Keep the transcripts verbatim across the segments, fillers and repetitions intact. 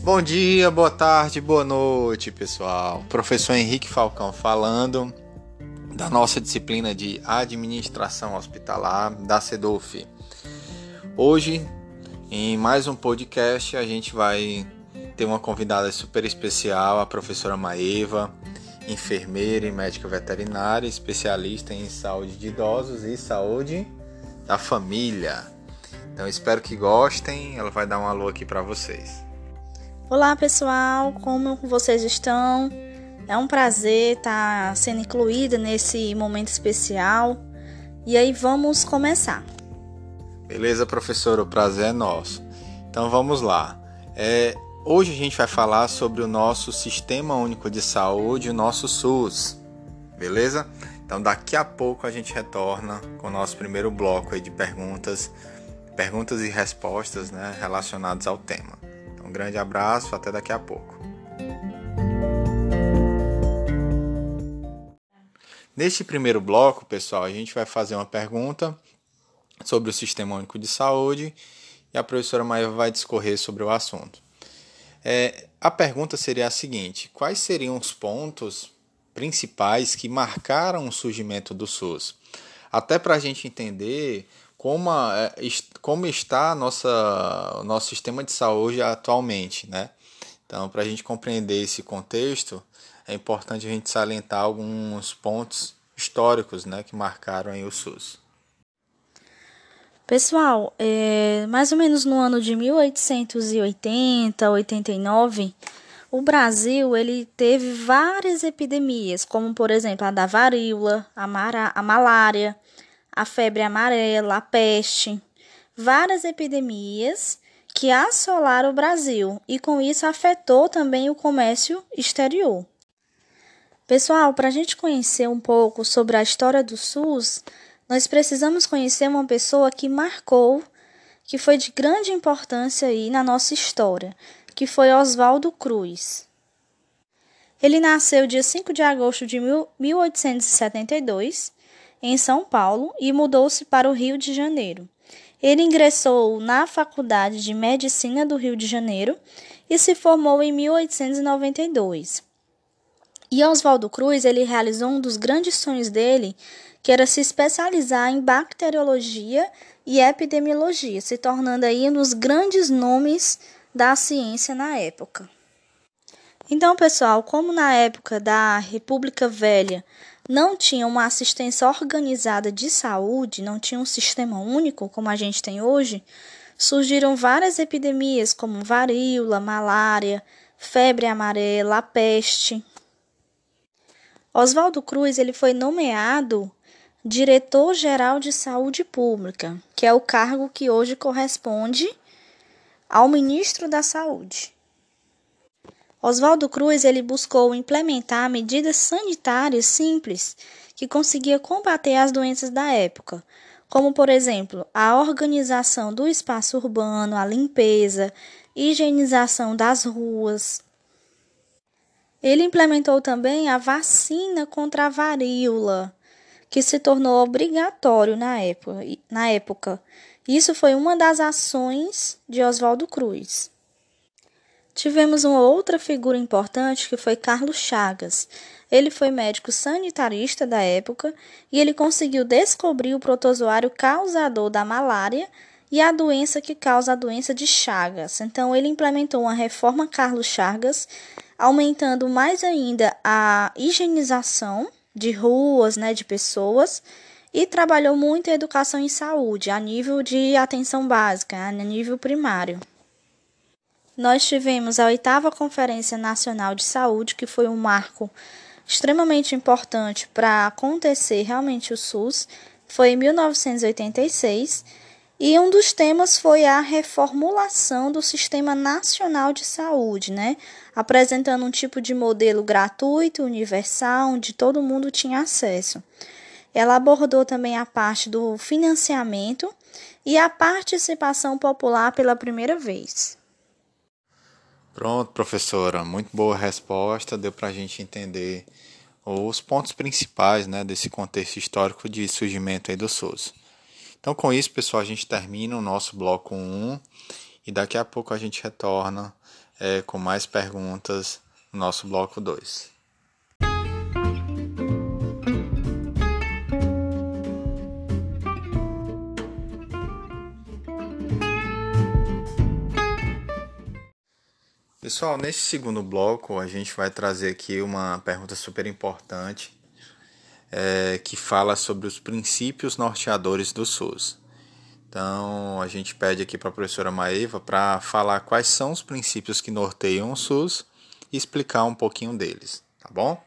Bom dia, boa tarde, boa noite, pessoal. Professor Henrique Falcão falando da nossa disciplina de Administração Hospitalar da SEDUF. Hoje, em mais um podcast, a gente vai ter uma convidada super especial, a professora Maeva, enfermeira e médica veterinária, especialista em saúde de idosos e saúde da família. Então, espero que gostem. Ela vai dar um alô aqui para vocês. Olá pessoal, como vocês estão? É um prazer estar sendo incluída nesse momento especial. E aí vamos começar. Beleza, professora? O prazer é nosso. Então vamos lá. É, hoje a gente vai falar sobre o nosso Sistema Único de Saúde, o nosso SUS. Beleza? Então daqui a pouco a gente retorna com o nosso primeiro bloco aí de perguntas, perguntas e respostas, né, relacionadas ao tema. Um grande abraço, até daqui a pouco. Neste primeiro bloco, pessoal, a gente vai fazer uma pergunta sobre o Sistema Único de Saúde e a professora Maeva vai discorrer sobre o assunto. É, a pergunta seria a seguinte: quais seriam os pontos principais que marcaram o surgimento do SUS? Até para a gente entender Como, a, como está a nossa, o nosso sistema de saúde atualmente, né? Então, para a gente compreender esse contexto, é importante a gente salientar alguns pontos históricos, né, que marcaram aí o SUS. Pessoal, é, mais ou menos no ano de mil oitocentos e oitenta, oitenta e nove, o Brasil ele teve várias epidemias, como por exemplo a da varíola, a, mara, a malária, a febre amarela, a peste, várias epidemias que assolaram o Brasil e com isso afetou também o comércio exterior. Pessoal, para a gente conhecer um pouco sobre a história do SUS, nós precisamos conhecer uma pessoa que marcou, que foi de grande importância aí na nossa história, que foi Oswaldo Cruz. Ele nasceu dia cinco de agosto de mil oitocentos e setenta e dois, em São Paulo, e mudou-se para o Rio de Janeiro. Ele ingressou na Faculdade de Medicina do Rio de Janeiro e se formou em mil oitocentos e noventa e dois. E Oswaldo Cruz ele realizou um dos grandes sonhos dele, que era se especializar em bacteriologia e epidemiologia, se tornando aí um dos grandes nomes da ciência na época. Então, pessoal, como na época da República Velha não tinha uma assistência organizada de saúde, não tinha um sistema único como a gente tem hoje, surgiram várias epidemias como varíola, malária, febre amarela, a peste. Oswaldo Cruz ele foi nomeado diretor-geral de saúde pública, que é o cargo que hoje corresponde ao ministro da Saúde. Oswaldo Cruz ele buscou implementar medidas sanitárias simples que conseguia combater as doenças da época, como, por exemplo, a organização do espaço urbano, a limpeza, higienização das ruas. Ele implementou também a vacina contra a varíola, que se tornou obrigatório na época. Na época. Isso foi uma das ações de Oswaldo Cruz. Tivemos uma outra figura importante que foi Carlos Chagas. Ele foi médico sanitarista da época e ele conseguiu descobrir o protozoário causador da malária e a doença que causa a doença de Chagas. Então, ele implementou uma reforma Carlos Chagas, aumentando mais ainda a higienização de ruas, né, de pessoas, e trabalhou muito a educação em saúde, a nível de atenção básica, a nível primário. Nós tivemos a oitava Conferência Nacional de Saúde, que foi um marco extremamente importante para acontecer realmente o SUS, foi em mil novecentos e oitenta e seis, e um dos temas foi a reformulação do Sistema Nacional de Saúde, né? Apresentando um tipo de modelo gratuito, universal, onde todo mundo tinha acesso. Ela abordou também a parte do financiamento e a participação popular pela primeira vez. Pronto, professora, muito boa resposta, deu para a gente entender os pontos principais, né, desse contexto histórico de surgimento aí do SUS. Então, com isso, pessoal, a gente termina o nosso bloco um e daqui a pouco a gente retorna é, com mais perguntas no nosso bloco dois. Pessoal, nesse segundo bloco a gente vai trazer aqui uma pergunta super importante é, que fala sobre os princípios norteadores do SUS. Então a gente pede aqui para a professora Maeva para falar quais são os princípios que norteiam o SUS e explicar um pouquinho deles, tá bom?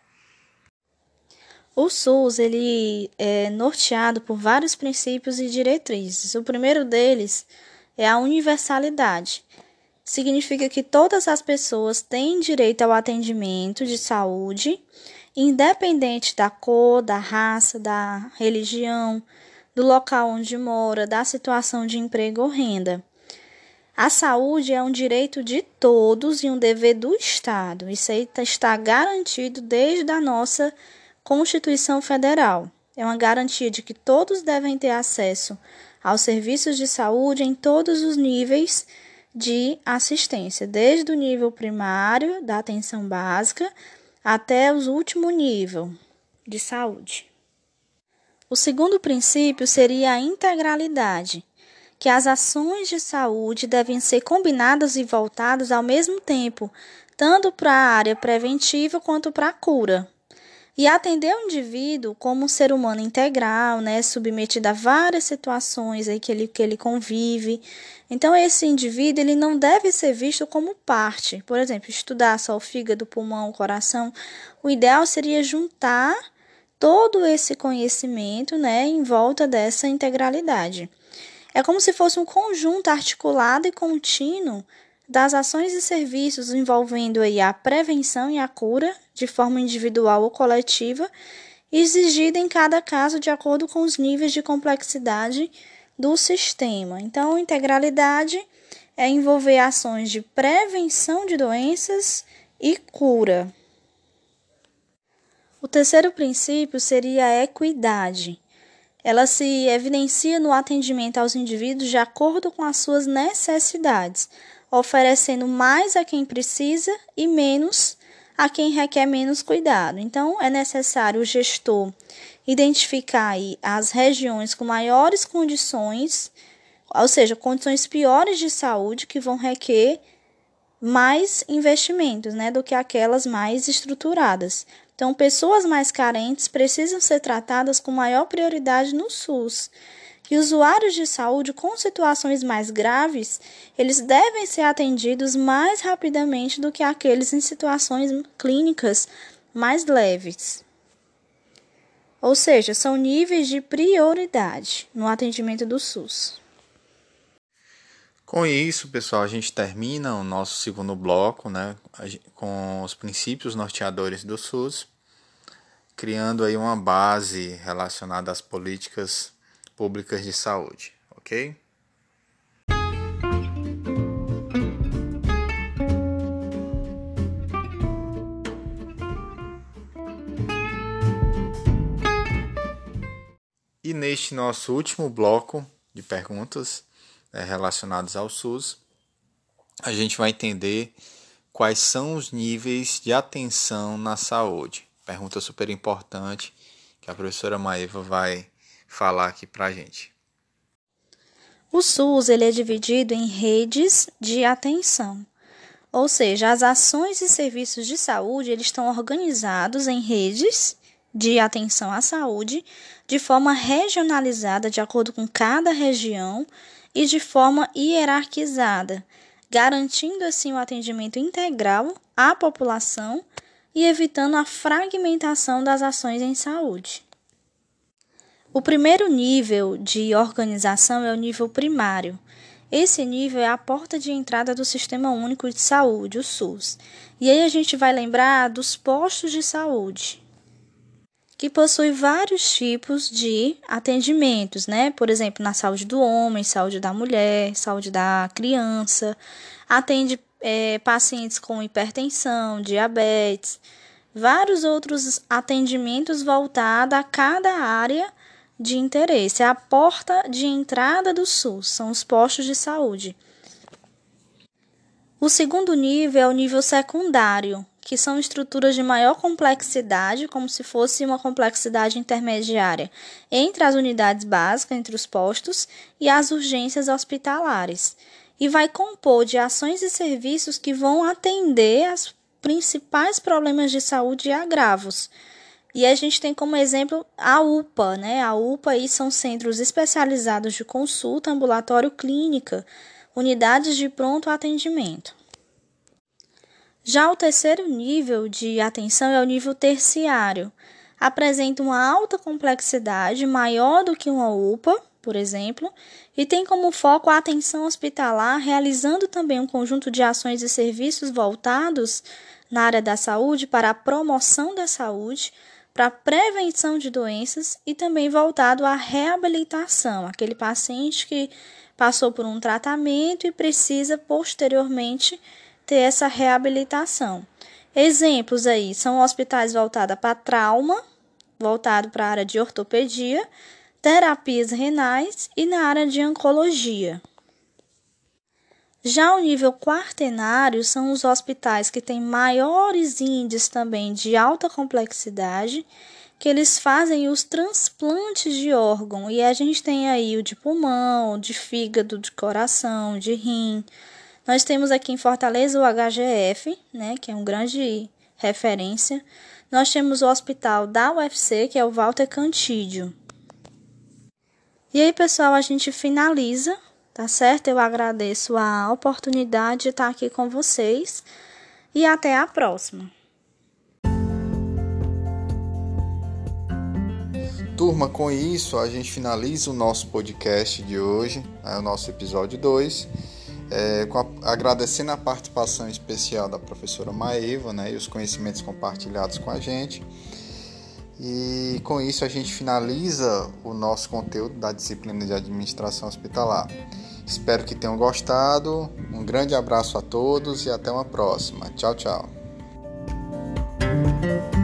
O SUS ele é norteado por vários princípios e diretrizes. O primeiro deles é a universalidade. Significa que todas as pessoas têm direito ao atendimento de saúde, independente da cor, da raça, da religião, do local onde mora, da situação de emprego ou renda. A saúde é um direito de todos e um dever do Estado. Isso aí está garantido desde a nossa Constituição Federal. É uma garantia de que todos devem ter acesso aos serviços de saúde em todos os níveis de assistência, desde o nível primário, da atenção básica, até o último nível de saúde. O segundo princípio seria a integralidade, que as ações de saúde devem ser combinadas e voltadas ao mesmo tempo, tanto para a área preventiva quanto para a cura. E atender o indivíduo como um ser humano integral, né, submetido a várias situações aí que, ele, que ele convive. Então, esse indivíduo ele não deve ser visto como parte. Por exemplo, estudar só o fígado, o pulmão, o coração. O ideal seria juntar todo esse conhecimento, né, em volta dessa integralidade. É como se fosse um conjunto articulado e contínuo das ações e serviços envolvendo aí a prevenção e a cura, de forma individual ou coletiva, exigida em cada caso de acordo com os níveis de complexidade do sistema. Então, integralidade é envolver ações de prevenção de doenças e cura. O terceiro princípio seria a equidade. Ela se evidencia no atendimento aos indivíduos de acordo com as suas necessidades, oferecendo mais a quem precisa e menos a quem requer menos cuidado. Então, é necessário o gestor identificar aí as regiões com maiores condições, ou seja, condições piores de saúde que vão requer mais investimentos, né, do que aquelas mais estruturadas. Então, pessoas mais carentes precisam ser tratadas com maior prioridade no SUS. E usuários de saúde com situações mais graves, eles devem ser atendidos mais rapidamente do que aqueles em situações clínicas mais leves. Ou seja, são níveis de prioridade no atendimento do SUS. Com isso, pessoal, a gente termina o nosso segundo bloco, né, com os princípios norteadores do SUS, criando aí uma base relacionada às políticas públicas de saúde, ok? E neste nosso último bloco de perguntas é, relacionadas ao SUS, a gente vai entender quais são os níveis de atenção na saúde. Pergunta super importante que a professora Maeva vai falar aqui para a gente. O SUS ele é dividido em redes de atenção, ou seja, as ações e serviços de saúde eles estão organizados em redes de atenção à saúde de forma regionalizada de acordo com cada região e de forma hierarquizada, garantindo assim o atendimento integral à população e evitando a fragmentação das ações em saúde. O primeiro nível de organização é o nível primário. Esse nível é a porta de entrada do Sistema Único de Saúde, o SUS. E aí a gente vai lembrar dos postos de saúde, que possui vários tipos de atendimentos, né? Por exemplo, na saúde do homem, saúde da mulher, saúde da criança, atende é, pacientes com hipertensão, diabetes, vários outros atendimentos voltados a cada área de interesse. É a porta de entrada do SUS, são os postos de saúde. O segundo nível é o nível secundário, que são estruturas de maior complexidade, como se fosse uma complexidade intermediária entre as unidades básicas, entre os postos, e as urgências hospitalares, e vai compor de ações e serviços que vão atender aos principais problemas de saúde e agravos. E a gente tem como exemplo a U P A, né? A U P A aí são centros especializados de consulta, ambulatório, clínica, unidades de pronto atendimento. Já o terceiro nível de atenção é o nível terciário. Apresenta uma alta complexidade, maior do que uma U P A, por exemplo, e tem como foco a atenção hospitalar, realizando também um conjunto de ações e serviços voltados na área da saúde para a promoção da saúde, para a prevenção de doenças e também voltado à reabilitação, aquele paciente que passou por um tratamento e precisa posteriormente ter essa reabilitação. Exemplos aí são hospitais voltados para trauma, voltado para a área de ortopedia, terapias renais e na área de oncologia. Já o nível quaternário são os hospitais que têm maiores índices também de alta complexidade, que eles fazem os transplantes de órgão, e a gente tem aí o de pulmão, de fígado, de coração, de rim. Nós temos aqui em Fortaleza o H G F, né, que é um grande referência. Nós temos o hospital da U F C, que é o Walter Cantídio. E aí, pessoal, a gente finaliza, tá certo? Eu agradeço a oportunidade de estar aqui com vocês e até a próxima. Turma, com isso a gente finaliza o nosso podcast de hoje, né, o nosso episódio dois. É, com a, agradecendo a participação especial da professora Maeva, né, e os conhecimentos compartilhados com a gente. E com isso a gente finaliza o nosso conteúdo da disciplina de administração hospitalar. Espero que tenham gostado. Um grande abraço a todos e até uma próxima. Tchau, tchau.